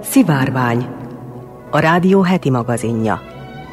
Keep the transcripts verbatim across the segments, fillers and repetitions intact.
Szivárvány, a rádió heti magazinja.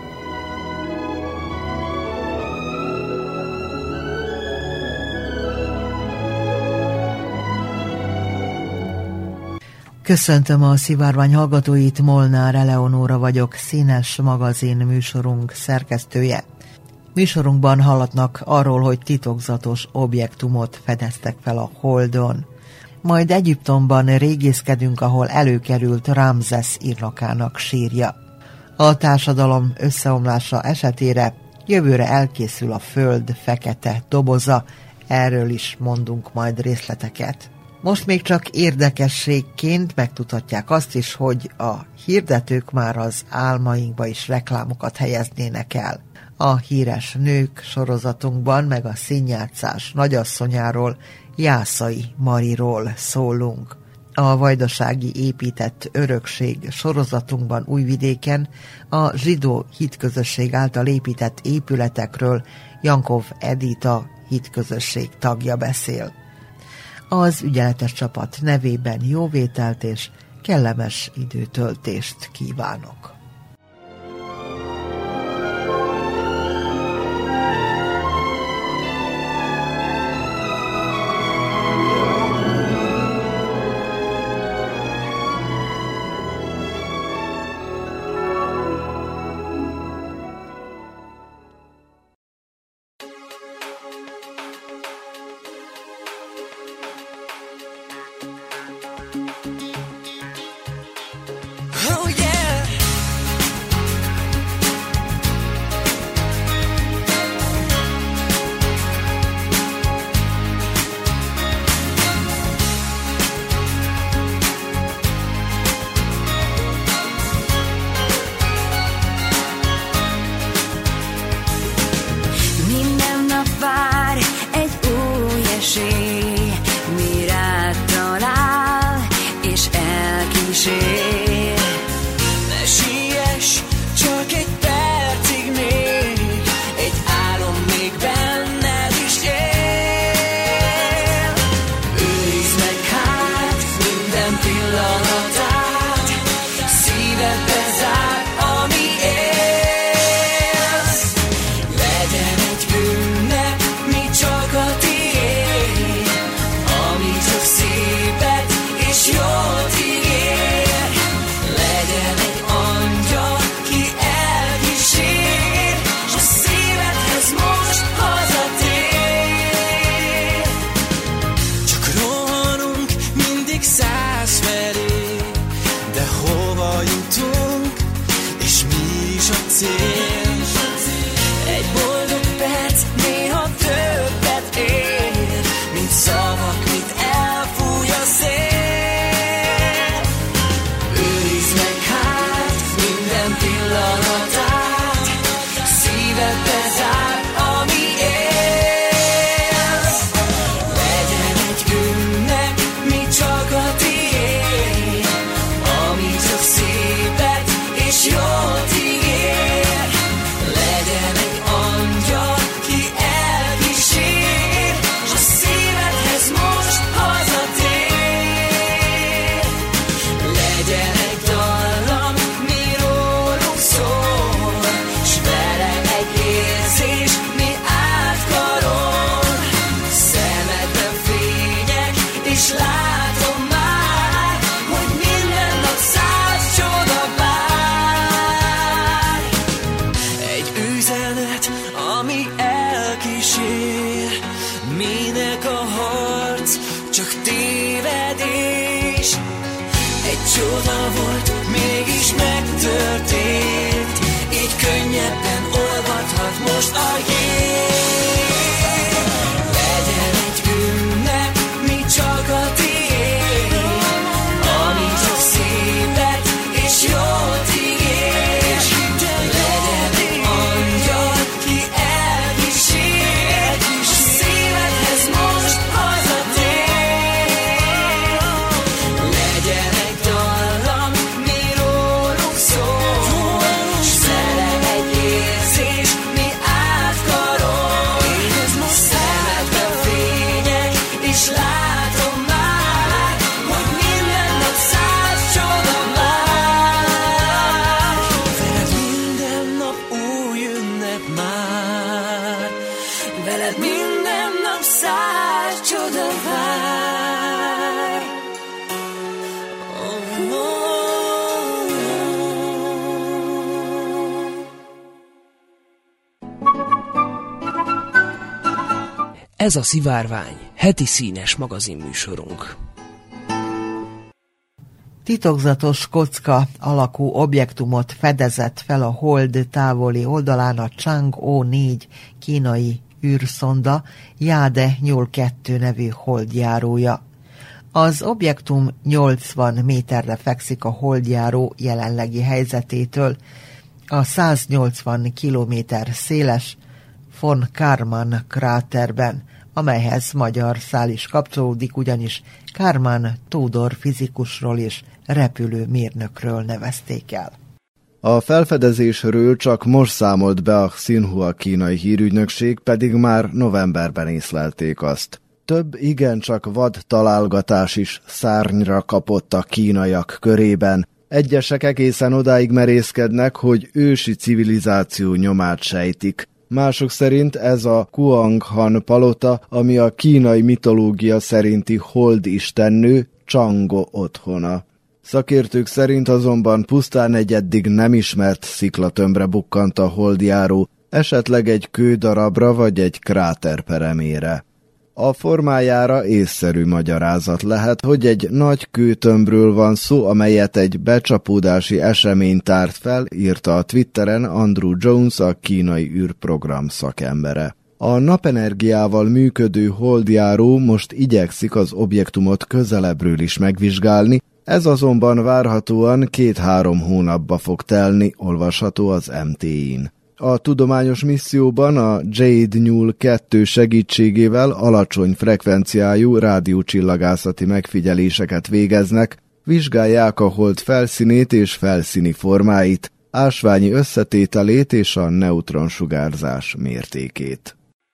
Köszöntöm a Szivárvány hallgatóit, Molnár Eleonóra vagyok, Színes magazin műsorunk szerkesztője. Műsorunkban hallatnak arról, hogy titokzatos objektumot fedeztek fel a Holdon. Majd Egyiptomban régészkedünk, ahol előkerült Ramszesz írnokának sírja. A társadalom összeomlása esetére jövőre elkészül a Föld fekete doboza, erről is mondunk majd részleteket. Most még csak érdekességként megtudhatják azt is, hogy a hirdetők már az álmainkba is reklámokat helyeznének el. A Híres Nők sorozatunkban meg a színjátszás nagyasszonyáról, Jászai Mariról szólunk. A vajdasági épített örökség sorozatunkban Újvidéken a zsidó hitközösség által épített épületekről Jankov Edita hitközösség tagja beszél. Az ügyeletes csapat nevében jóvételt és kellemes időtöltést kívánok. Jót ígér. Ez a Szivárvány, heti színes magazinműsorunk. Titokzatos kocka alakú objektumot fedezett fel a hold távoli oldalán a Chang'e négy kínai űrszonda Jade nyolc kettő nevű holdjárója. Az objektum nyolcvan méterre fekszik a holdjáró jelenlegi helyzetétől, a száznyolcvan kilométer széles von Karman kráterben, amelyhez magyar szál is kapcsolódik, ugyanis Kármán Tódor fizikusról és repülőmérnökről nevezték el. A felfedezésről csak most számolt be a Xinhua kínai hírügynökség, pedig már novemberben észlelték azt. Több igencsak vad találgatás is szárnyra kapott a kínaiak körében. Egyesek egészen odáig merészkednek, hogy ősi civilizáció nyomát sejtik. Mások szerint ez a Kuang-han palota, ami a kínai mitológia szerinti holdistennő Chang'e otthona. Szakértők szerint azonban pusztán egy eddig nem ismert sziklatömbre bukkant a holdjáró, esetleg egy kődarabra vagy egy kráter peremére. A formájára észszerű magyarázat lehet, hogy egy nagy kőtömbről van szó, amelyet egy becsapódási esemény tárt fel, írta a Twitteren Andrew Jones, a kínai űrprogram szakembere. A napenergiával működő holdjáró most igyekszik az objektumot közelebbről is megvizsgálni, ez azonban várhatóan két-három hónapba fog telni, olvasható az em té í-n. A tudományos misszióban a Jade nyolc kettő segítségével alacsony frekvenciájú rádiócsillagászati megfigyeléseket végeznek, vizsgálják a hold felszínét és felszíni formáit, ásványi összetételét és a neutronsugárzás mértékét.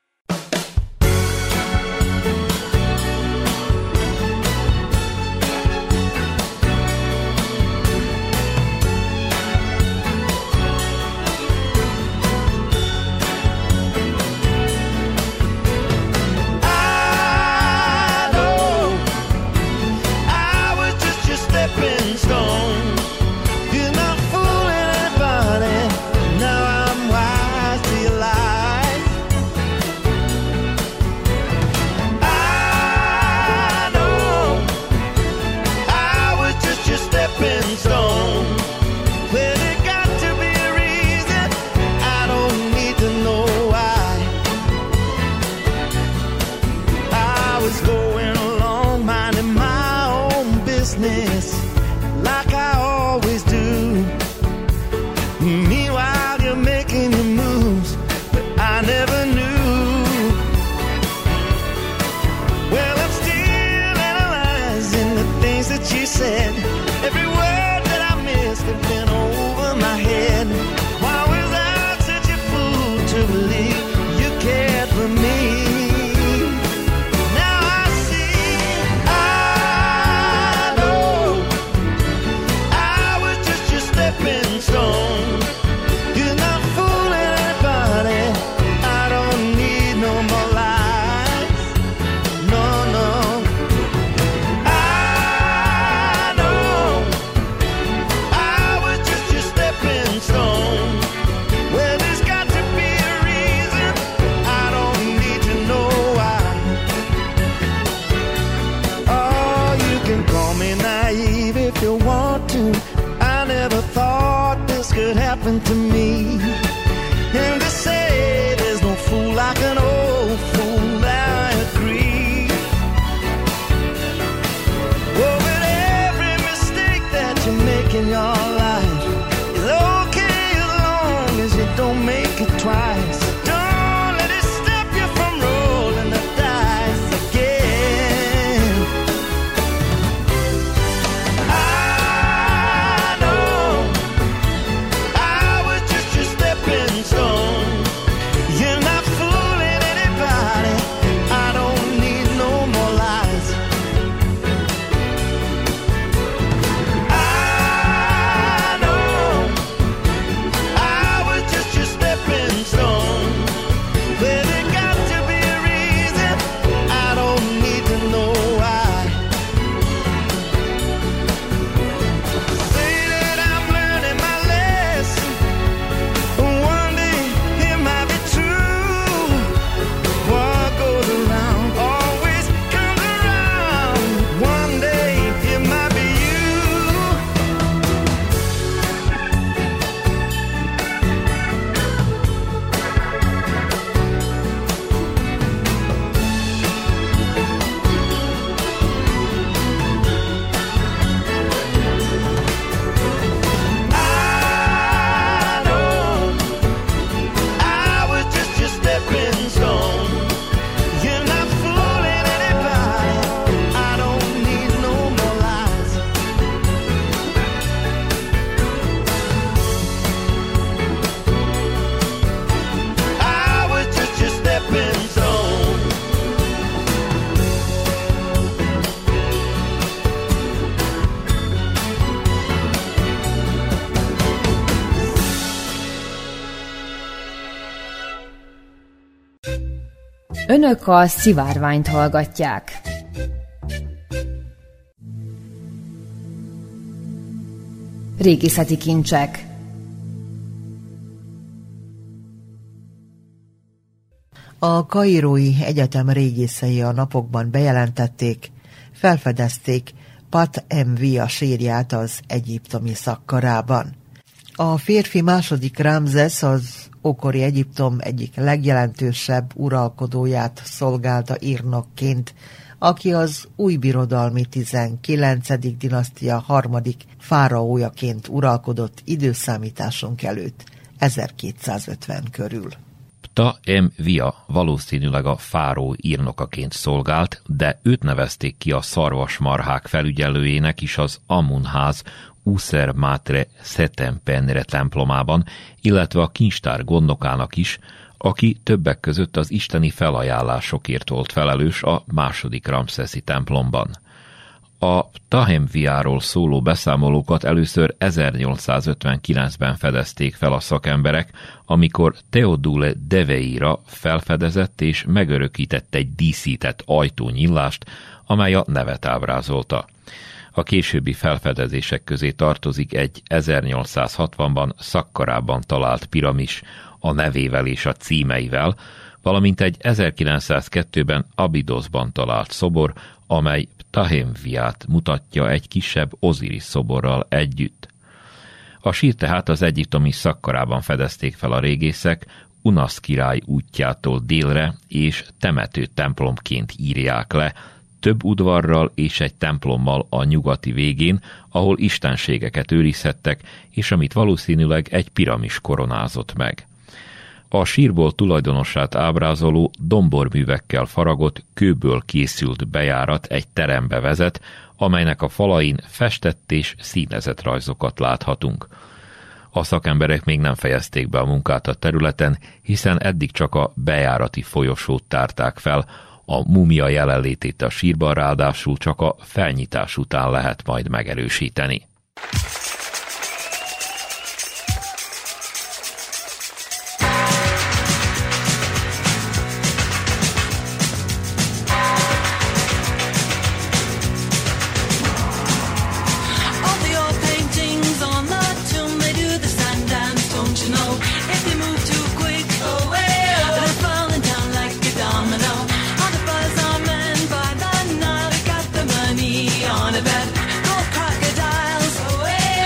To me, and to say there's no fool like an old fool, I agree. Oh, but every mistake that you make in your life is okay as long as you don't make it twice. Don't let it stop you from rolling the dice again. I know I was just your step Önök a Szivárványt hallgatják. Régészeti kincsek. A Kairói Egyetem régészei a napokban bejelentették, felfedezték Pat Mvia sírját az egyiptomi Szakkarában. A férfi második Ramszesz az ókori Egyiptom egyik legjelentősebb uralkodóját szolgálta írnokként, aki az újbirodalmi tizenkilencedik dinasztia harmadik fáraójaként uralkodott időszámításunk előtt ezerkétszázötven körül. Ptah Mvia valószínűleg a fáró írnokaként szolgált, de őt nevezték ki a szarvasmarhák felügyelőjének is az Amun-ház User Matre Setempenre templomában, illetve a kincstár gondnokának is, aki többek között az isteni felajánlásokért volt felelős a második Ramszeszi templomban. A Ptah Mviáról szóló beszámolókat először ezernyolcszázötvenkilencben fedezték fel a szakemberek, amikor Theodule Deveira felfedezett és megörökített egy díszített ajtónyílást, amely a nevet ábrázolta. A későbbi felfedezések közé tartozik egy ezernyolcszázhatvanban Szakkarában talált piramis a nevével és a címeivel, valamint egy ezerkilencszázkettőben Abidoszban talált szobor, amely Ptah Mviát mutatja egy kisebb Oziris szoborral együtt. A sírt tehát az egyiptomi Szakkarában fedezték fel a régészek, Unasz király útjától délre, és temető templomként írják le, több udvarral és egy templommal a nyugati végén, ahol istenségeket őrizhettek, és amit valószínűleg egy piramis koronázott meg. A sírból tulajdonosát ábrázoló domborművekkel faragott, kőből készült bejárat egy terembe vezet, amelynek a falain festett és színezett rajzokat láthatunk. A szakemberek még nem fejezték be a munkát a területen, hiszen eddig csak a bejárati folyosót tárták fel, a múmia jelenlétét a sírban ráadásul csak a felnyitás után lehet majd megerősíteni. On a bed, gold crocodiles away.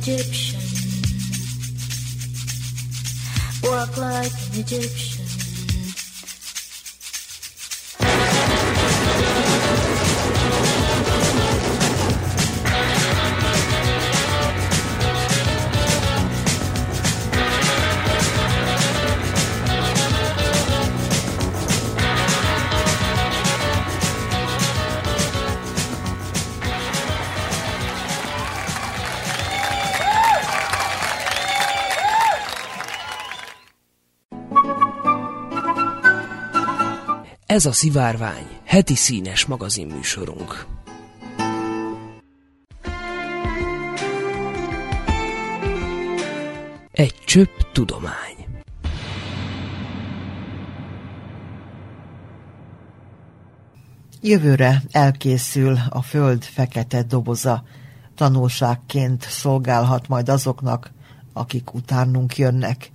Egyptian. Walk like an Egyptian. Ez a Szivárvány, heti színes magazinműsorunk. Egy csöpp tudomány. Jövőre elkészül a Föld fekete doboza. Tanulságként szolgálhat majd azoknak, akik utánunk jönnek.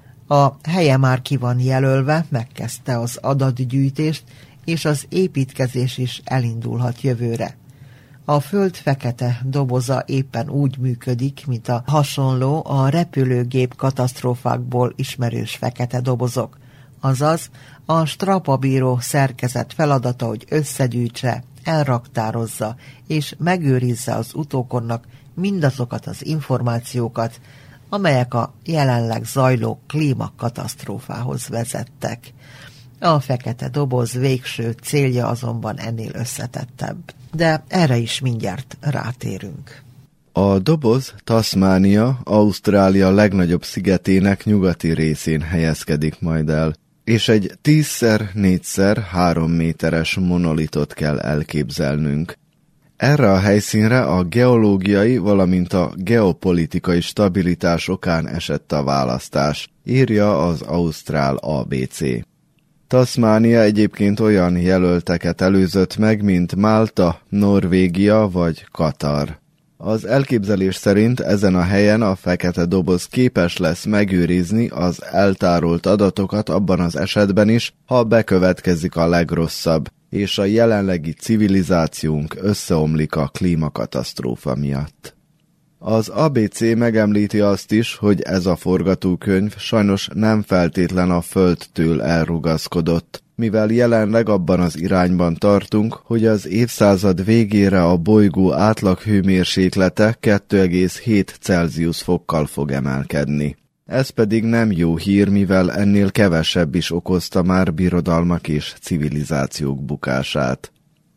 A helye már ki van jelölve, megkezdte az adatgyűjtést, és az építkezés is elindulhat jövőre. A Föld fekete doboza éppen úgy működik, mint a hasonló, a repülőgép katasztrófákból ismerős fekete dobozok. Azaz, a strapabíró szerkezet feladata, hogy összegyűjtse, elraktározza és megőrizze az utókornak mindazokat az információkat, amelyek a jelenleg zajló klímakatasztrófához vezettek. A fekete doboz végső célja azonban ennél összetettebb, de erre is mindjárt rátérünk. A doboz Tasmania, Ausztrália legnagyobb szigetének nyugati részén helyezkedik majd el, és egy tízszer négyszer három méteres monolitot kell elképzelnünk. Erre a helyszínre a geológiai, valamint a geopolitikai stabilitás okán esett a választás, írja az ausztrál á bé cé. Tasmania egyébként olyan jelölteket előzött meg, mint Málta, Norvégia vagy Katar. Az elképzelés szerint ezen a helyen a fekete doboz képes lesz megőrizni az eltárolt adatokat abban az esetben is, ha bekövetkezik a legrosszabb, és a jelenlegi civilizációnk összeomlik a klímakatasztrófa miatt. Az á bé cé megemlíti azt is, hogy ez a forgatókönyv sajnos nem feltétlen a Földtől elrugaszkodott, mivel jelenleg abban az irányban tartunk, hogy az évszázad végére a bolygó átlag hőmérséklete kettő egész hét Celsius fokkal fog emelkedni. Ez pedig nem jó hír, mivel ennél kevesebb is okozta már birodalmak és civilizációk bukását.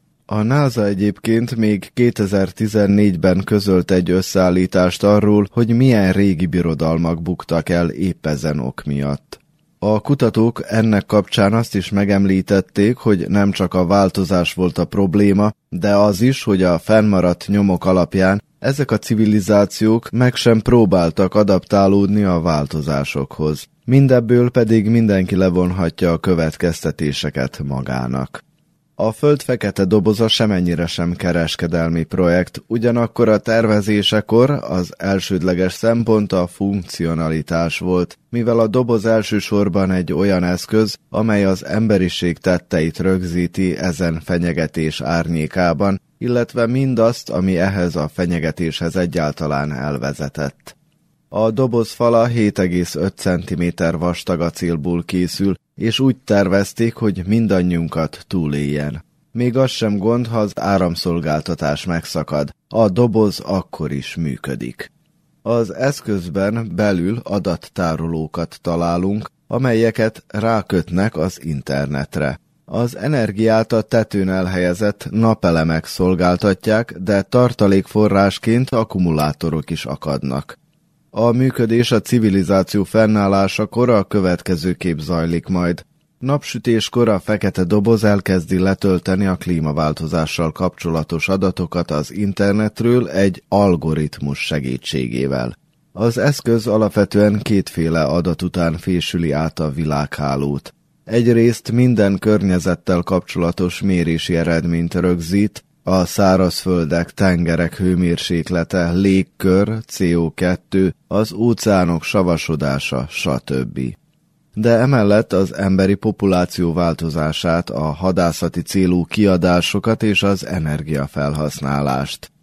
A NASA egyébként még kétezer-tizennégyben közölt egy összeállítást arról, hogy milyen régi birodalmak buktak el épp ezen ok miatt. A kutatók ennek kapcsán azt is megemlítették, hogy nem csak a változás volt a probléma, de az is, hogy a fennmaradt nyomok alapján ezek a civilizációk meg sem próbáltak adaptálódni a változásokhoz. Mindebből pedig mindenki levonhatja a következtetéseket magának. A Föld fekete doboza semennyire sem kereskedelmi projekt, ugyanakkor a tervezésekor az elsődleges szempont a funkcionalitás volt, mivel a doboz elsősorban egy olyan eszköz, amely az emberiség tetteit rögzíti ezen fenyegetés árnyékában, illetve mindazt, ami ehhez a fenyegetéshez egyáltalán elvezetett. A doboz fala hét egész öt centiméter vastag acélból készül, és úgy tervezték, hogy mindannyiunkat túléljen. Még az sem gond, ha az áramszolgáltatás megszakad, a doboz akkor is működik. Az eszközben belül adattárolókat találunk, amelyeket rákötnek az internetre. Az energiát a tetőn elhelyezett napelemek szolgáltatják, de tartalékforrásként akkumulátorok is akadnak. A működés a civilizáció fennállásakor a következőképp zajlik majd. Napsütéskor a fekete doboz elkezdi letölteni a klímaváltozással kapcsolatos adatokat az internetről egy algoritmus segítségével. Az eszköz alapvetően kétféle adat után fésüli át a világhálót. Egyrészt minden környezettel kapcsolatos mérési eredményt rögzít, a szárazföldek, tengerek hőmérséklete, légkör, cé o kettő, az óceánok savasodása, stb. De emellett az emberi populáció változását, a hadászati célú kiadásokat és az energiafelhasználást.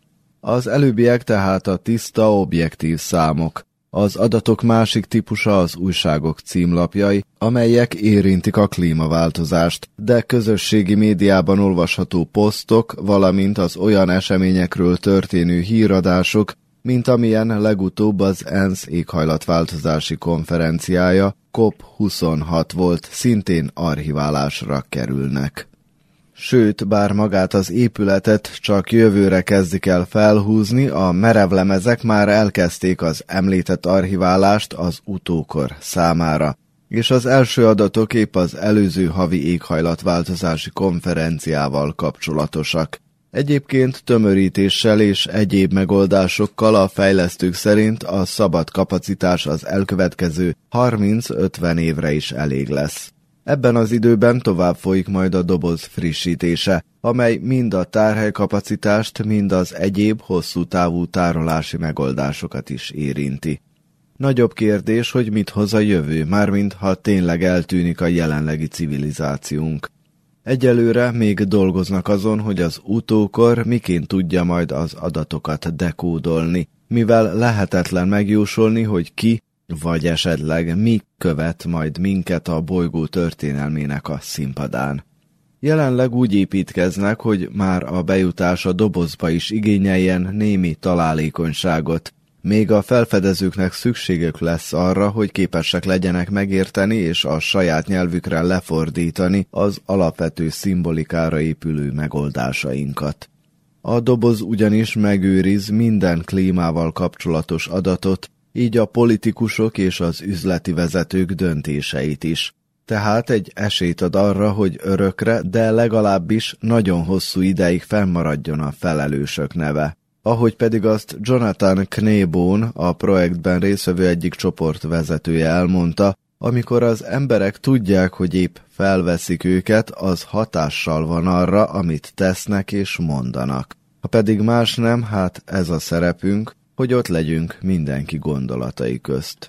Az előbbiek tehát a tiszta, objektív számok. Az adatok másik típusa az újságok címlapjai, amelyek érintik a klímaváltozást, de közösségi médiában olvasható posztok, valamint az olyan eseményekről történő híradások, mint amilyen legutóbb az ENSZ éghajlatváltozási konferenciája COP huszonhat volt, szintén archiválásra kerülnek. Sőt, bár magát az épületet csak jövőre kezdik el felhúzni, a merevlemezek már elkezdték az említett archiválást az utókor számára, és az első adatok épp az előző havi éghajlatváltozási konferenciával kapcsolatosak. Egyébként tömörítéssel és egyéb megoldásokkal a fejlesztők szerint a szabad kapacitás az elkövetkező harminc-ötven évre is elég lesz. Ebben az időben tovább folyik majd a doboz frissítése, amely mind a tárhelykapacitást, mind az egyéb hosszú távú tárolási megoldásokat is érinti. Nagyobb kérdés, hogy mit hoz a jövő, mármint ha tényleg eltűnik a jelenlegi civilizációnk. Egyelőre még dolgoznak azon, hogy az utókor miként tudja majd az adatokat dekódolni, mivel lehetetlen megjósolni, hogy ki, vagy esetleg mi követ majd minket a bolygó történelmének a színpadán. Jelenleg úgy építkeznek, hogy már a bejutás a dobozba is igényeljen némi találékonyságot. Még a felfedezőknek szükségük lesz arra, hogy képesek legyenek megérteni és a saját nyelvükre lefordítani az alapvető szimbolikára épülő megoldásainkat. A doboz ugyanis megőriz minden klímával kapcsolatos adatot, így a politikusok és az üzleti vezetők döntéseit is. Tehát egy esélyt ad arra, hogy örökre, de legalábbis nagyon hosszú ideig fennmaradjon a felelősök neve. Ahogy pedig azt Jonathan Knebone, a projektben résztvevő egyik csoport vezetője elmondta, amikor az emberek tudják, hogy épp felveszik őket, az hatással van arra, amit tesznek és mondanak. Ha pedig más nem, hát ez a szerepünk, hogy ott legyünk mindenki gondolatai közt.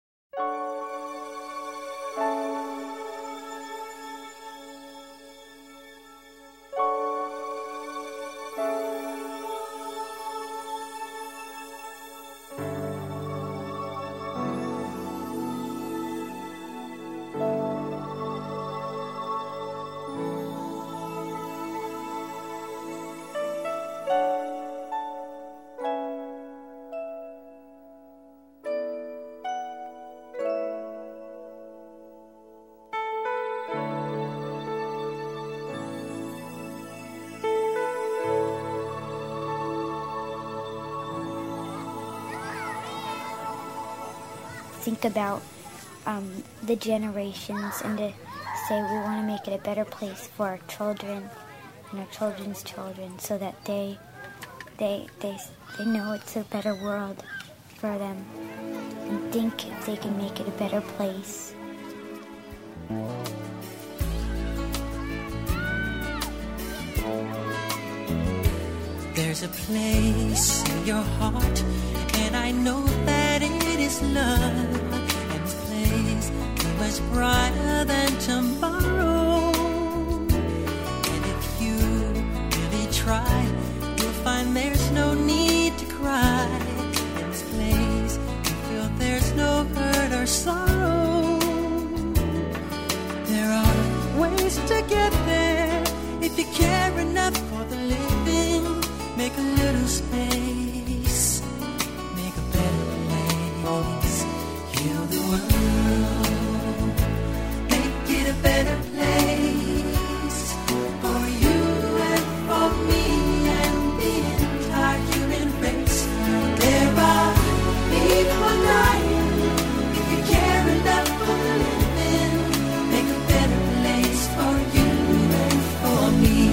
Think about um, the generations and to say we want to make it a better place for our children and our children's children so that they they they they know it's a better world for them and think if they can make it a better place. There's a place in your heart, and I know that it is love, and this place is much brighter than tomorrow. And if you really try, you'll find there's no need to cry. In this place, you feel there's no hurt or sorrow. There are ways to get there if you care enough for the living. Make a little space, make a better place, heal the world, make it a better place for you and for me and the entire human race. There are people dying, if you care enough for the living, make a better place for you and for me.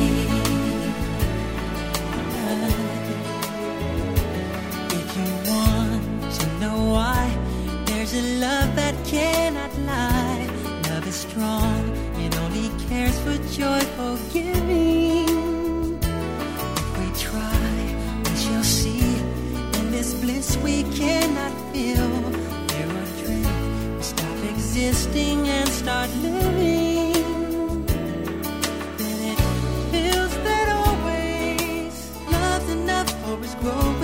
There's a love that cannot lie. Love is strong, it only cares for joyful giving. If we try, we shall see. In this bliss we cannot feel. There are dreams, we stop existing and start living. Then it feels that always love's enough for us growing.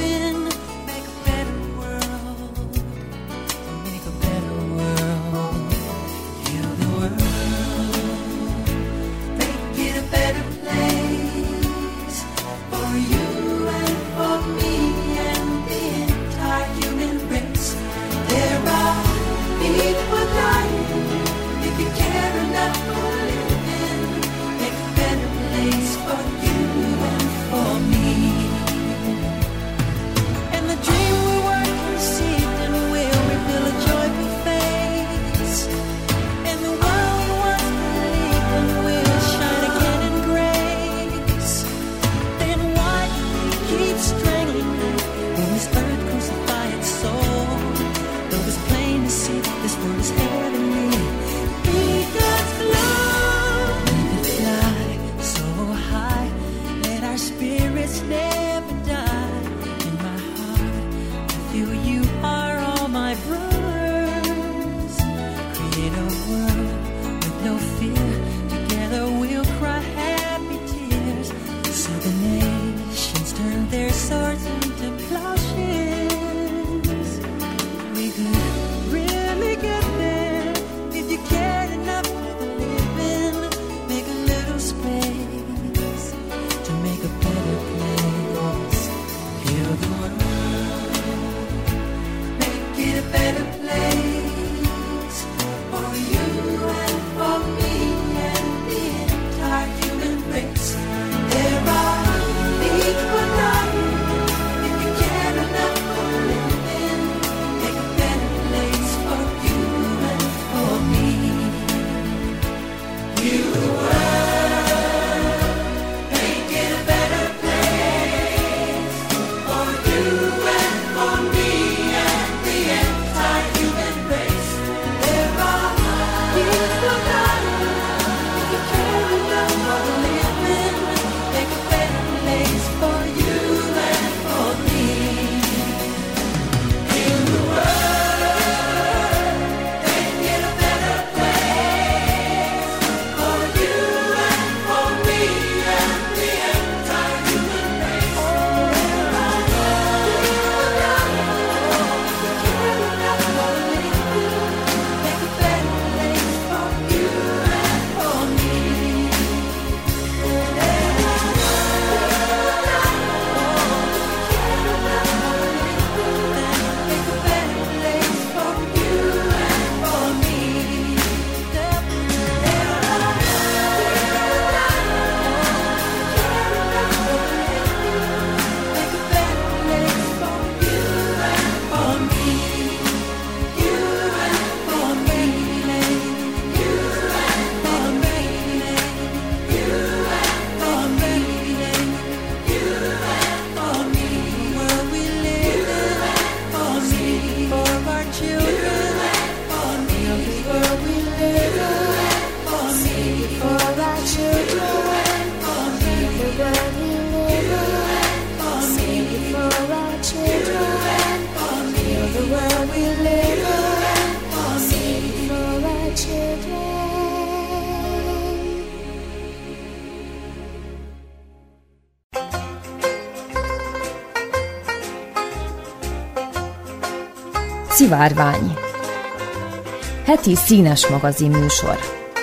Szivárvány. Heti színes magazin műsor.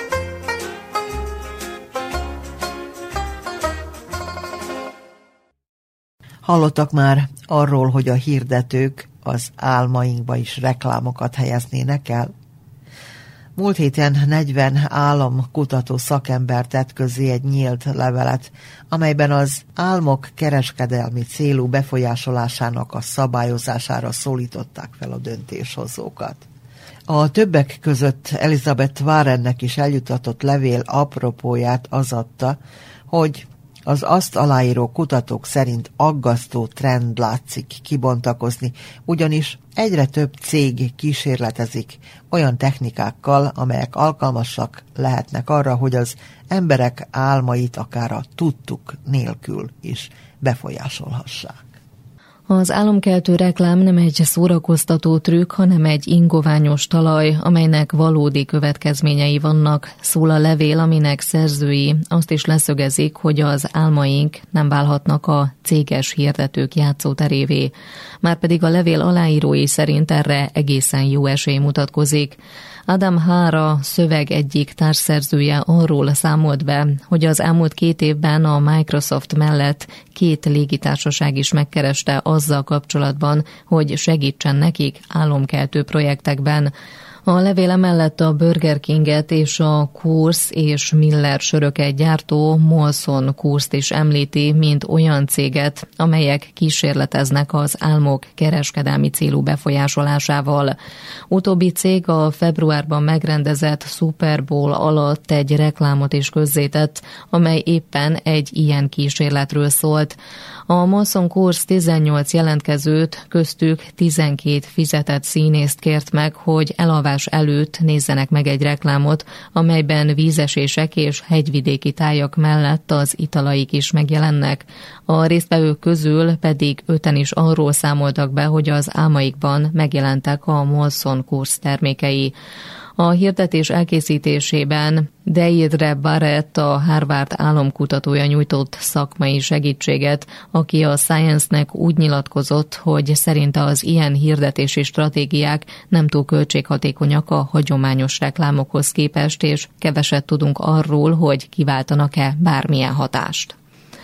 Hallottak már arról, hogy a hirdetők az álmainkba is reklámokat helyeznének el? Múlt héten negyven álomkutató szakember tett közzé egy nyílt levelet, amelyben az álmok kereskedelmi célú befolyásolásának a szabályozására szólították fel a döntéshozókat. A többek között Elizabeth Warrennek is eljutatott levél apropóját az adta, hogy az azt aláíró kutatók szerint aggasztó trend látszik kibontakozni, ugyanis egyre több cég kísérletezik olyan technikákkal, amelyek alkalmasak lehetnek arra, hogy az emberek álmait akár a tudtuk nélkül is befolyásolhassák. Az álomkeltő reklám nem egy szórakoztató trükk, hanem egy ingoványos talaj, amelynek valódi következményei vannak, szól a levél, aminek szerzői azt is leszögezik, hogy az álmaink nem válhatnak a céges hirdetők játszóterévé. Márpedig a levél aláírói szerint erre egészen jó esély mutatkozik. Adam Hára szöveg egyik társszerzője arról számolt be, hogy az elmúlt két évben a Microsoft mellett két légitársaság is megkereste azzal kapcsolatban, hogy segítsen nekik álomkeltő projektekben. A levél mellett a Burger Kinget és a Coors és Miller söröket gyártó Molson Coors-t is említi, mint olyan céget, amelyek kísérleteznek az álmok kereskedelmi célú befolyásolásával. Utóbbi cég a februárban megrendezett Super Bowl alatt egy reklámot is közzétett, amely éppen egy ilyen kísérletről szólt. A Molson Coors tizennyolc jelentkezőt, köztük tizenkét fizetett színészt kért meg, hogy elalvás előtt nézzenek meg egy reklámot, amelyben vízesések és hegyvidéki tájak mellett az italaik is megjelennek. A résztvevők közül pedig öten is arról számoltak be, hogy az álmaikban megjelentek a Molson Coors termékei. A hirdetés elkészítésében Deirdre Barrett, a Harvard álomkutatója nyújtott szakmai segítséget, aki a Science-nek úgy nyilatkozott, hogy szerinte az ilyen hirdetési stratégiák nem túl költséghatékonyak a hagyományos reklámokhoz képest, és keveset tudunk arról, hogy kiváltanak-e bármilyen hatást.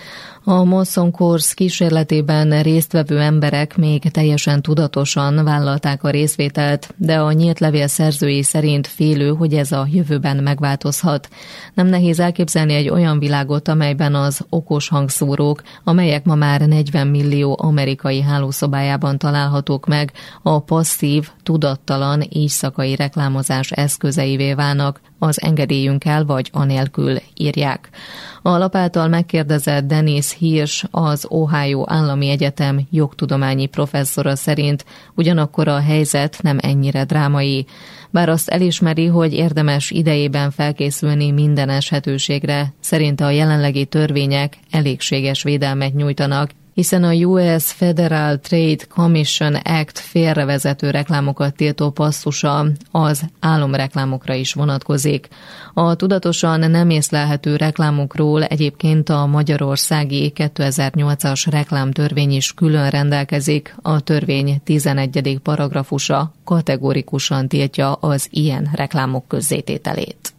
A Molson Coors kísérletében résztvevő emberek még teljesen tudatosan vállalták a részvételt, de a nyílt levél szerzői szerint félő, hogy ez a jövőben megváltozhat. Nem nehéz elképzelni egy olyan világot, amelyben az okos hangszórók, amelyek ma már negyven millió amerikai hálószobájában találhatók meg, a passzív, tudattalan éjszakai reklámozás eszközeivé válnak, az engedélyünkkel vagy anélkül, írják. A lap által megkérdezett Dennis Hirsch, az Ohio Állami Egyetem jogtudományi professzora szerint ugyanakkor a helyzet nem ennyire drámai. Bár azt elismeri, hogy érdemes idejében felkészülni minden eshetőségre, szerinte a jelenlegi törvények elégséges védelmet nyújtanak, hiszen a U S Federal Trade Commission Act félrevezető reklámokat tiltó passzusa az álomreklámokra is vonatkozik. A tudatosan nem észlelhető reklámokról egyébként a magyarországi kétezer-nyolcas reklámtörvény is külön rendelkezik. A törvény tizenegyedik paragrafusa kategorikusan tiltja az ilyen reklámok közzétételét.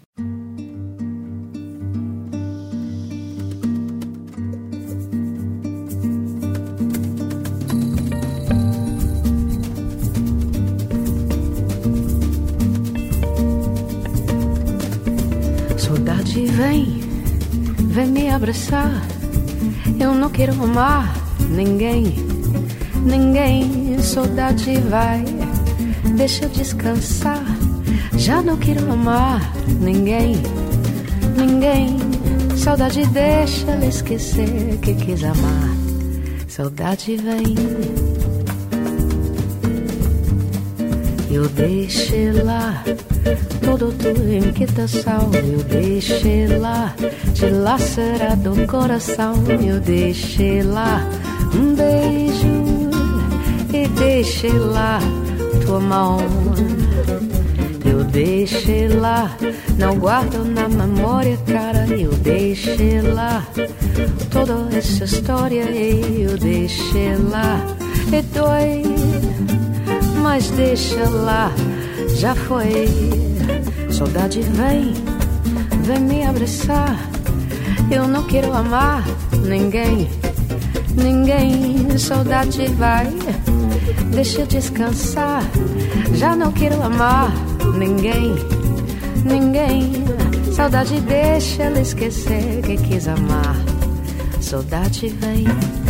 Saudade vem, vem me abraçar. Eu não quero amar ninguém, ninguém. Saudade vai, deixa eu descansar. Já não quero amar ninguém, ninguém. Saudade deixa eu esquecer que quis amar. Saudade vem, eu deixei lá toda tua inquietação, eu deixei lá dilacerado o coração, eu deixei lá um beijo e deixei lá tua mão, eu deixei lá, não guardo na memória, cara, eu deixei lá toda essa história, eu deixei lá e dói mas deixa lá, já foi. Saudade vem, vem me abraçar. Eu não quero amar ninguém, ninguém. Saudade vai, deixa descansar. Já não quero amar ninguém, ninguém. Saudade deixa ela esquecer que quis amar. Saudade vem.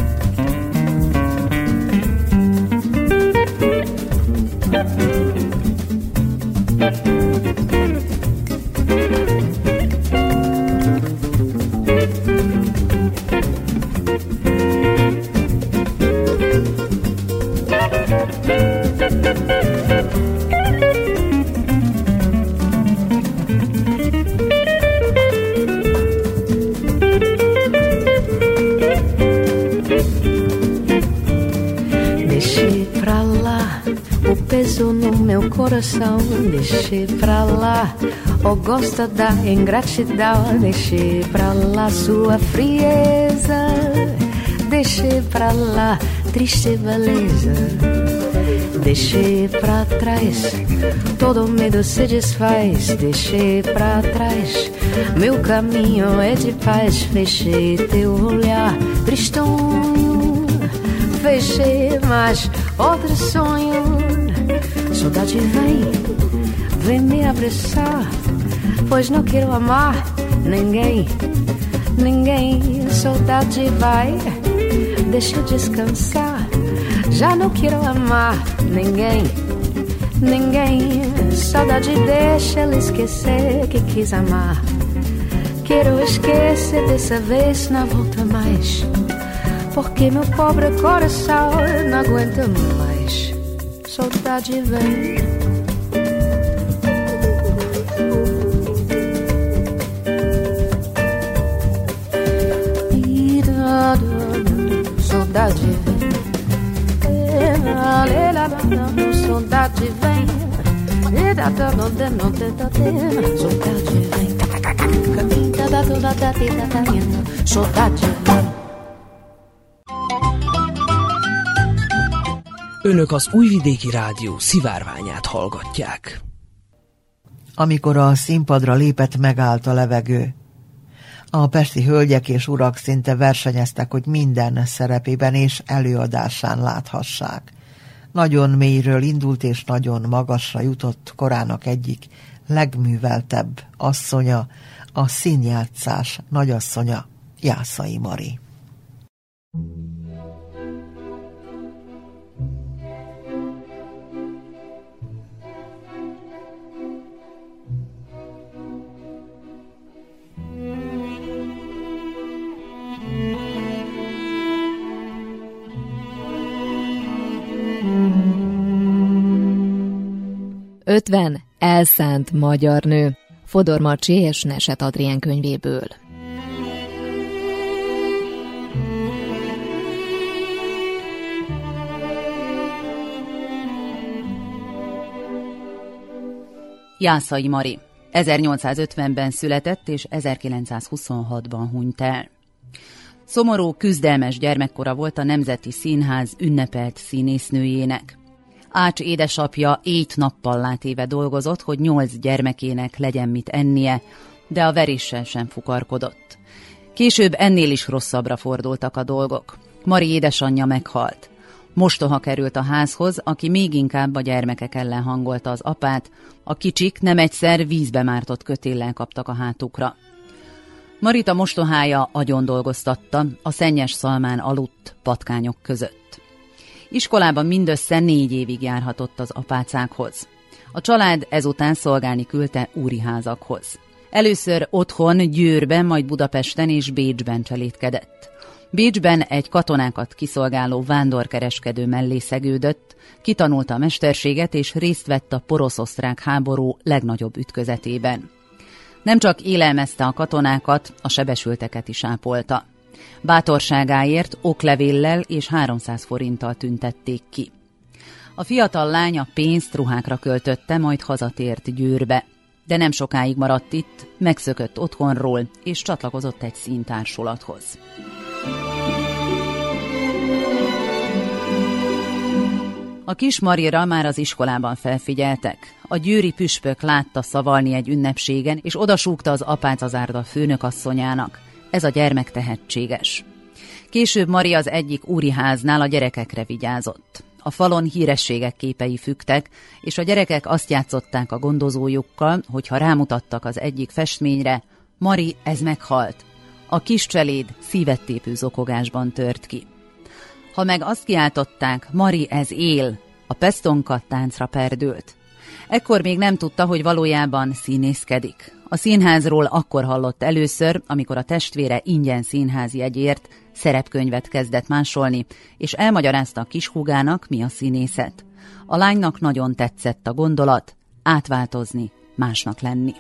Peso no meu coração, deixe pra lá. Ou gosta da ingratidão, deixe pra lá sua frieza. Deixe pra lá triste beleza. Deixe pra trás, todo medo se desfaz. Deixe pra trás, meu caminho é de paz. Fechei teu olhar tristonho, fechei mais outro sonho. Saudade vem, vem me abraçar, pois não quero amar ninguém, ninguém. Saudade vai, deixa eu descansar. Já não quero amar ninguém, ninguém. Saudade deixa ela esquecer que quis amar. Quero esquecer dessa vez, não volta mais, porque meu pobre coração não aguenta mais. Saudade vem. Saudade vem. Saudade vem. Saudade vem. Önök az Újvidéki Rádió szivárványát hallgatják. Amikor a színpadra lépett, megállt a levegő. A pesti hölgyek és urak szinte versenyeztek, hogy minden szerepében és előadásán láthassák. Nagyon mélyről indult és nagyon magasra jutott korának egyik legműveltebb asszonya, a színjátszás nagyasszonya, Jászai Mari. ötven elszánt magyar nő. Fodor Marcsi és Neset Adrien könyvéből. Jászai Mari ezernyolcszázötvenben született és ezerkilencszázhuszonhatban hunyt el. Szomorú, küzdelmes gyermekkora volt a Nemzeti Színház ünnepelt színésznőjének. Ács édesapja éjt-nappal látéve dolgozott, hogy nyolc gyermekének legyen mit ennie, de a veréssel sem fukarkodott. Később ennél is rosszabbra fordultak a dolgok. Mari édesanyja meghalt. Mostoha került a házhoz, aki még inkább a gyermekek ellen hangolta az apát, a kicsik nem egyszer vízbe mártott kötéllel kaptak a hátukra. Marit a mostohája agyon dolgoztatta, a szennyes szalmán aludt patkányok között. Iskolában mindössze négy évig járhatott az apácákhoz. A család ezután szolgálni küldte úriházakhoz. Először otthon, Győrben, majd Budapesten és Bécsben cselédkedett. Bécsben egy katonákat kiszolgáló vándorkereskedő mellé szegődött, kitanulta a mesterséget és részt vett a porosz-osztrák háború legnagyobb ütközetében. Nem csak élelmezte a katonákat, a sebesülteket is ápolta. Bátorságáért oklevéllel és háromszáz forinttal tüntették ki. A fiatal lány a pénzt ruhákra költötte, majd hazatért Győrbe. De nem sokáig maradt itt, megszökött otthonról, és csatlakozott egy A kis Marira már az iskolában felfigyeltek. A győri püspök látta szavalni egy ünnepségen, és odasúgta az apácazárda főnökasszonyának. Ez a gyermek tehetséges. Később Mari az egyik úriháznál a gyerekekre vigyázott. A falon hírességek képei függtek, és a gyerekek azt játszották a gondozójukkal, hogyha rámutattak az egyik festményre, Mari, ez meghalt. A kis cseléd szívet tépő zokogásban tört ki. Ha meg azt kiáltották, Mari, ez él, a pestonka táncra perdült. Ekkor még nem tudta, hogy valójában színészkedik. A színházról akkor hallott először, amikor a testvére ingyen színházi jegyért szerepkönyvet kezdett másolni, és elmagyarázta a kishúgának, mi a színészet. A lánynak nagyon tetszett a gondolat, átváltozni, másnak lenni.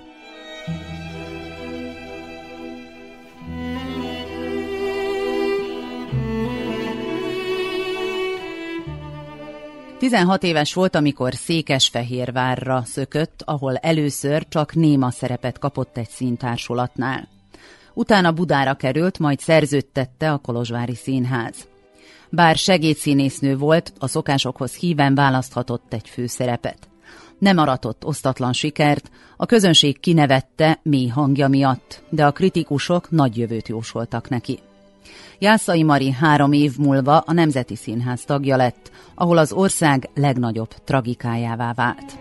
tizenhat éves volt, amikor Székesfehérvárra szökött, ahol először csak néma szerepet kapott egy színtársulatnál. Utána Budára került, majd szerződtette a Kolozsvári Színház. Bár segédszínésznő volt, a szokásokhoz híven választhatott egy főszerepet. Nem aratott osztatlan sikert, a közönség kinevette mély hangja miatt, de a kritikusok nagy jövőt jósoltak neki. Jászai Mari három év múlva a Nemzeti Színház tagja lett, ahol az ország legnagyobb tragikájává vált.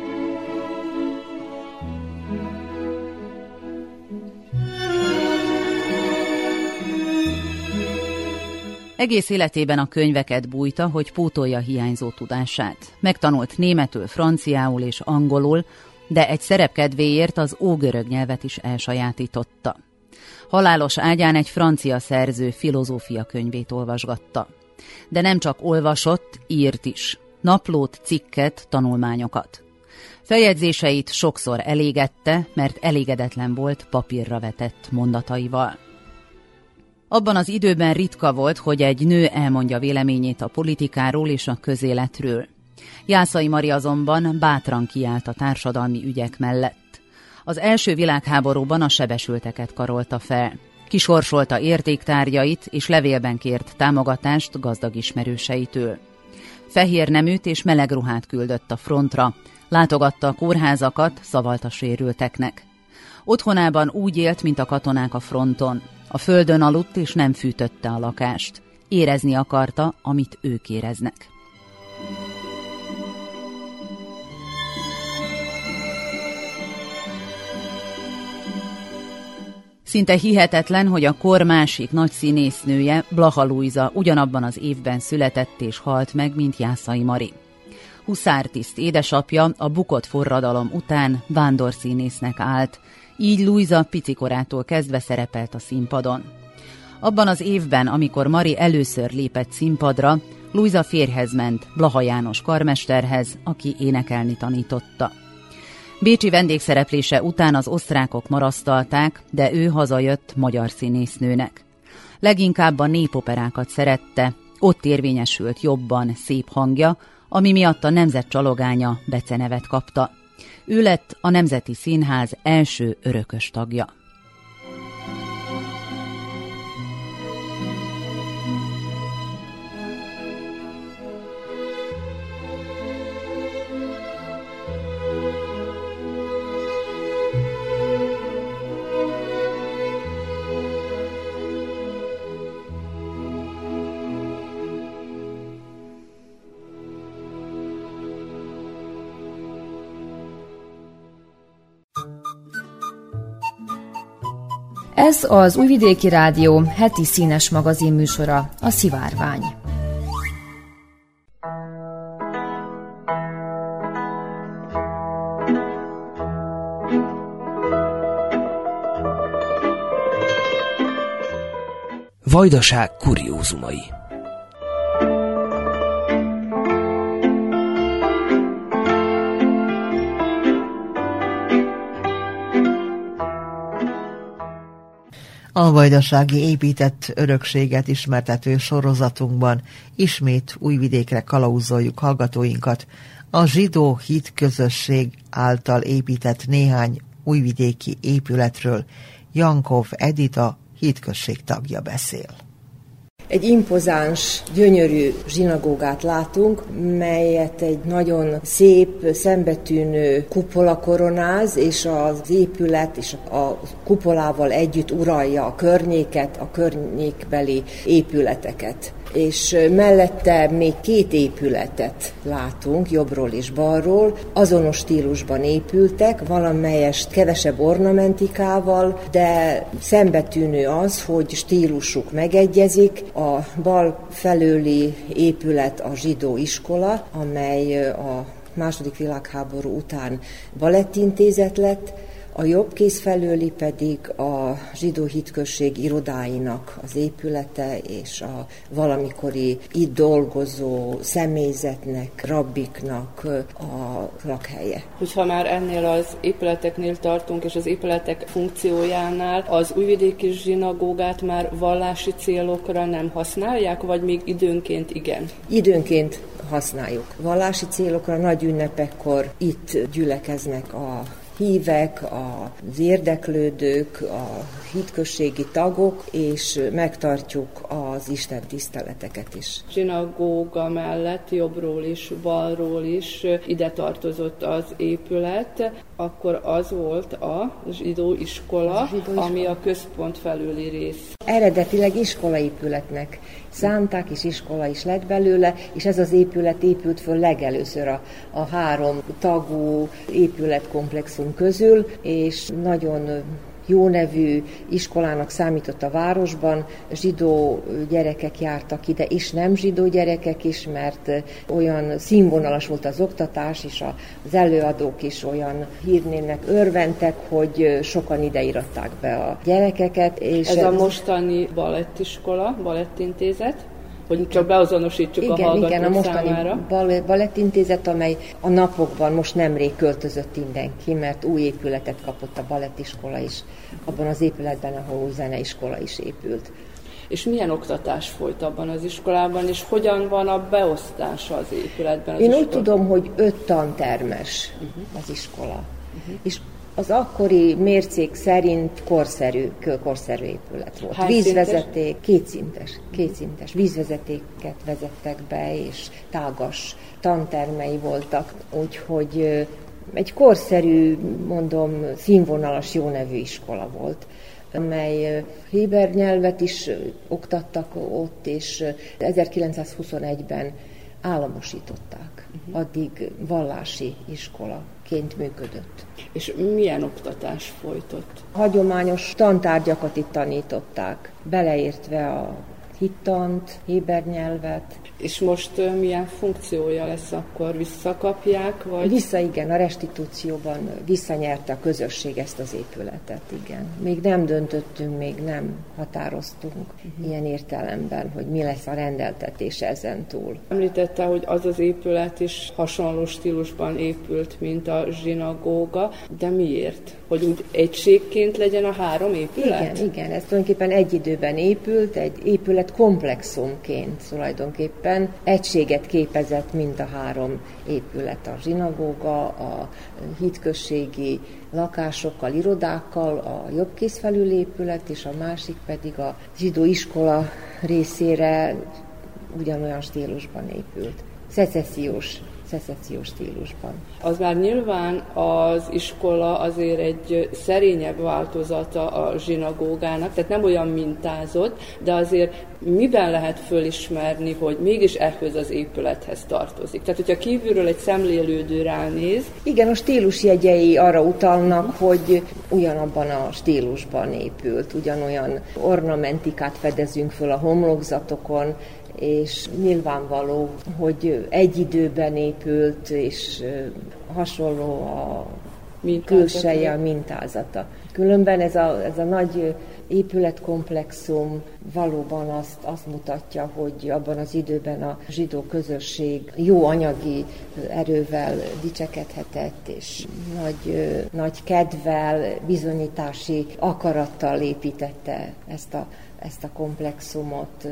Egész életében a könyveket bújta, hogy pótolja hiányzó tudását. Megtanult németül, franciául és angolul, de egy szerep kedvéért az ógörög nyelvet is elsajátította. Halálos ágyán egy francia szerző filozófia könyvét olvasgatta. De nem csak olvasott, írt is. Naplót, cikket, tanulmányokat. Feljegyzéseit sokszor elégette, mert elégedetlen volt papírra vetett mondataival. Abban az időben ritka volt, hogy egy nő elmondja véleményét a politikáról és a közéletről. Jászai Mari azonban bátran kiállt a társadalmi ügyek mellett. Az első világháborúban a sebesülteket karolta fel. Kisorsolta értéktárgyait és levélben kért támogatást gazdag ismerőseitől. Fehér neműt és meleg ruhát küldött a frontra, látogatta a kórházakat, szavalt a sérülteknek. Otthonában úgy élt, mint a katonák a fronton. A földön aludt és nem fűtötte a lakást. Érezni akarta, amit ők éreznek. Szinte hihetetlen, hogy a kor másik nagy színésznője, Blaha Lujza ugyanabban az évben született és halt meg, mint Jászai Mari. Huszártiszt édesapja a bukott forradalom után vándorszínésznek állt, így Lujza picikorától kezdve szerepelt a színpadon. Abban az évben, amikor Mari először lépett színpadra, Lujza férjhez ment, Blaha János karmesterhez, aki énekelni tanította. Bécsi vendégszereplése után az osztrákok marasztalták, de ő hazajött magyar színésznőnek. Leginkább a népoperákat szerette, ott érvényesült jobban szép hangja, ami miatt a nemzet csalogánya becenevet kapta. Ő lett a Nemzeti Színház első örökös tagja. Ez az Újvidéki Rádió heti színes magazin műsora, a Szivárvány. Vajdaság kuriózumai. A vajdasági épített örökséget ismertető sorozatunkban ismét Újvidékre kalauzoljuk hallgatóinkat a zsidó hitközösség által épített néhány újvidéki épületről. Jankov Edita, hitközség tagja beszél. Egy impozáns, gyönyörű zsinagógát látunk, melyet egy nagyon szép, szembetűnő kupola koronáz, és az épület és a kupolával együtt uralja a környéket, a környékbeli épületeket. És mellette még két épületet látunk, jobbról és balról, azonos stílusban épültek, valamelyest kevesebb ornamentikával, de szembetűnő az, hogy stílusuk megegyezik. A bal felőli épület a zsidó iskola, amely a második világháború után balettintézet lett, a jobb kéz felőli pedig a zsidó hitközség irodáinak az épülete és a valamikori itt dolgozó személyzetnek, rabbiknak a lakhelye. Hogyha már ennél az épületeknél tartunk, és az épületek funkciójánál, az újvidéki zsinagógát már vallási célokra nem használják, vagy még időnként igen? Időnként használjuk. Vallási célokra, nagy ünnepekkor itt gyülekeznek a hívek, az érdeklődők, a hitközségi tagok, és megtartjuk az Isten tiszteleteket is. Zsinagóga mellett jobbról is, balról is ide tartozott az épület, akkor az volt a zsidó iskola, zsidó iskola. Ami a központ felüli rész. Eredetileg iskolaépületnek szánták, és iskola is lett belőle, és ez az épület épült föl legelőször a, a három tagú épületkomplexum közül, és nagyon jó nevű iskolának számított a városban, zsidó gyerekek jártak ide, és nem zsidó gyerekek is, mert olyan színvonalas volt az oktatás, és az előadók is olyan hírnévnek örventek, hogy sokan ide iratták be a gyerekeket. És ez a mostani balettiskola, balettintézet? Hogy csak beazonosítsuk igen, a hallgatók igen, a mostani számára. balettintézet, amely a napokban most nemrég költözött mindenki, mert új épületet kapott a balettiskola is, abban az épületben, ahol új zeneiskola is épült. És milyen oktatás folyt abban az iskolában, és hogyan van a beosztása az épületben? Az Én iskola? úgy tudom, hogy öt tantermes uh-huh. az iskola. Uh-huh. És az akkori mércék szerint korszerű, korszerű épület volt. Hány vízvezeték, szintes? kétszintes, kétszintes vízvezetéket vezettek be, és tágas tantermei voltak, úgyhogy egy korszerű, mondom, színvonalas, jó nevű iskola volt, amely héber nyelvet is oktattak ott, és ezerkilencszázhuszonegyben államosították. Addig vallási iskolaként működött. És milyen oktatás folytott? Hagyományos tantárgyakat itt tanították, beleértve a hittant, héber nyelvet. És most milyen funkciója lesz akkor? Visszakapják? Vagy? Vissza, igen, a restitúcióban visszanyerte a közösség ezt az épületet, igen. Még nem döntöttünk, még nem határoztunk uh-huh. ilyen értelemben, hogy mi lesz a rendeltetés ezen túl. Említette, hogy az az épület is hasonló stílusban épült, mint a zsinagóga, de miért? Hogy úgy egységként legyen a három épület? Igen, igen, ez tulajdonképpen egy időben épült, egy épület komplexumként tulajdonképpen egységet képezett mind a három épület, a zsinagóga, a hitközségi lakásokkal, irodákkal, a jobbkéz felül épület, és a másik pedig a zsidó iskola részére ugyanolyan stílusban épült. Szecessziós szecessziós stílusban. Az már nyilván az iskola azért egy szerényebb változata a zsinagógának, tehát nem olyan mintázott, de azért miben lehet fölismerni, hogy mégis ehhez az épülethez tartozik? Tehát, hogyha kívülről egy szemlélődő ránéz... Igen, a stílus jegyei arra utalnak, hogy ugyanabban a stílusban épült, ugyanolyan ornamentikát fedezünk föl a homlokzatokon, és nyilvánvaló, hogy egy időben épült, és hasonló a külseje, a mintázata. Különben ez a, ez a nagy épületkomplexum valóban azt, azt mutatja, hogy abban az időben a zsidó közösség jó anyagi erővel dicsekedhetett, és nagy, nagy kedvel, bizonyítási akarattal építette ezt a, ezt a komplexumot.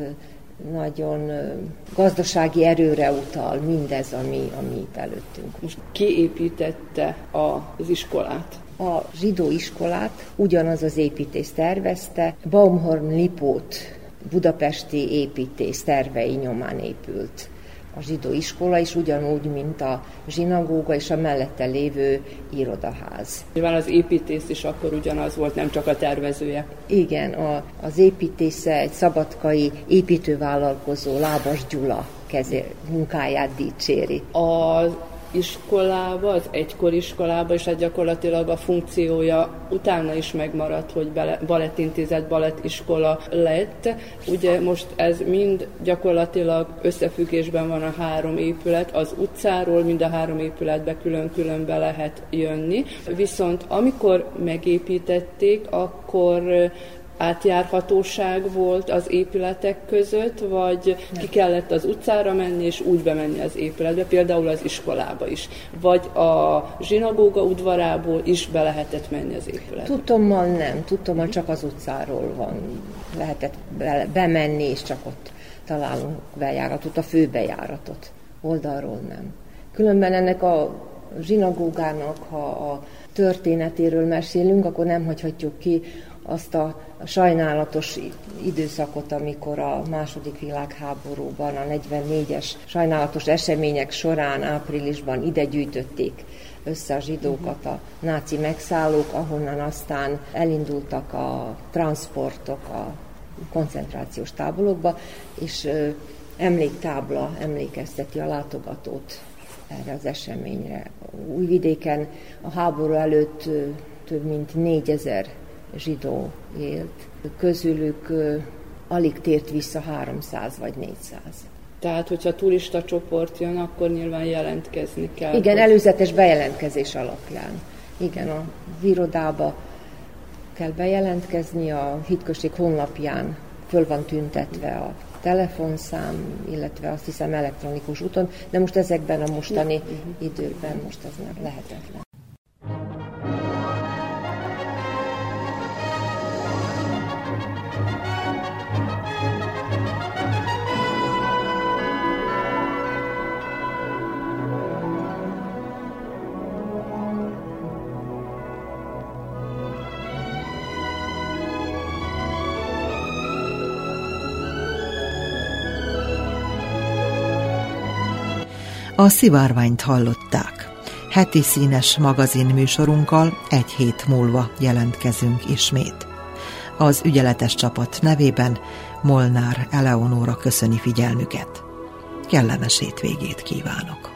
Nagyon gazdasági erőre utal mindez, ami, ami itt előttünk. Most ki építette az iskolát? A zsidó iskolát ugyanaz az építész tervezte. Baumhorn Lipót budapesti építész tervei nyomán épült a zsidó iskola is, ugyanúgy, mint a zsinagóga és a mellette lévő irodaház. Nyilván az építész is akkor ugyanaz volt, nem csak a tervezője. Igen, a, az építésze egy szabadkai építővállalkozó, Lábas Gyula kezé, munkáját dicséri. Az iskolába, az egykori iskolába, és hát gyakorlatilag a funkciója utána is megmaradt, hogy balettintézet, balettiskola lett. Ugye most ez mind gyakorlatilag összefüggésben van a három épület, az utcáról mind a három épületbe külön-külön be lehet jönni. Viszont amikor megépítették, akkor átjárhatóság volt az épületek között, vagy ki kellett az utcára menni, és úgy bemenni az épületbe, például az iskolába is. Vagy a zsinagóga udvarából is be lehetett menni az épületbe. Tudtommal nem, tudtommal csak az utcáról van. Lehetett bemenni, és csak ott találunk bejáratot, a főbejáratot. Oldalról nem. Különben ennek a zsinagógának, ha a történetéről mesélünk, akkor nem hagyhatjuk ki azt a sajnálatos időszakot, amikor a második világháborúban, a negyvennégyes sajnálatos események során áprilisban ide gyűjtötték össze a zsidókat a náci megszállók, ahonnan aztán elindultak a transportok a koncentrációs táborokba, és emléktábla emlékezteti a látogatót erre az eseményre. Újvidéken a háború előtt több mint négyezer zsidó élt. Közülük alig tért vissza háromszáz vagy négyszáz. Tehát, hogyha turista csoport jön, akkor nyilván jelentkezni kell. Igen, hogy... előzetes bejelentkezés alapján. Igen, a irodába kell bejelentkezni, a hitközség honlapján föl van tüntetve a telefonszám, illetve azt hiszem elektronikus úton, de most ezekben a mostani ja. időben most ez már lehetetlen. A Szivárványt hallották. Heti színes magazin műsorunkkal egy hét múlva jelentkezünk ismét. Az ügyeletes csapat nevében Molnár Eleonóra köszöni figyelmüket. Kellemes hétvégét kívánok!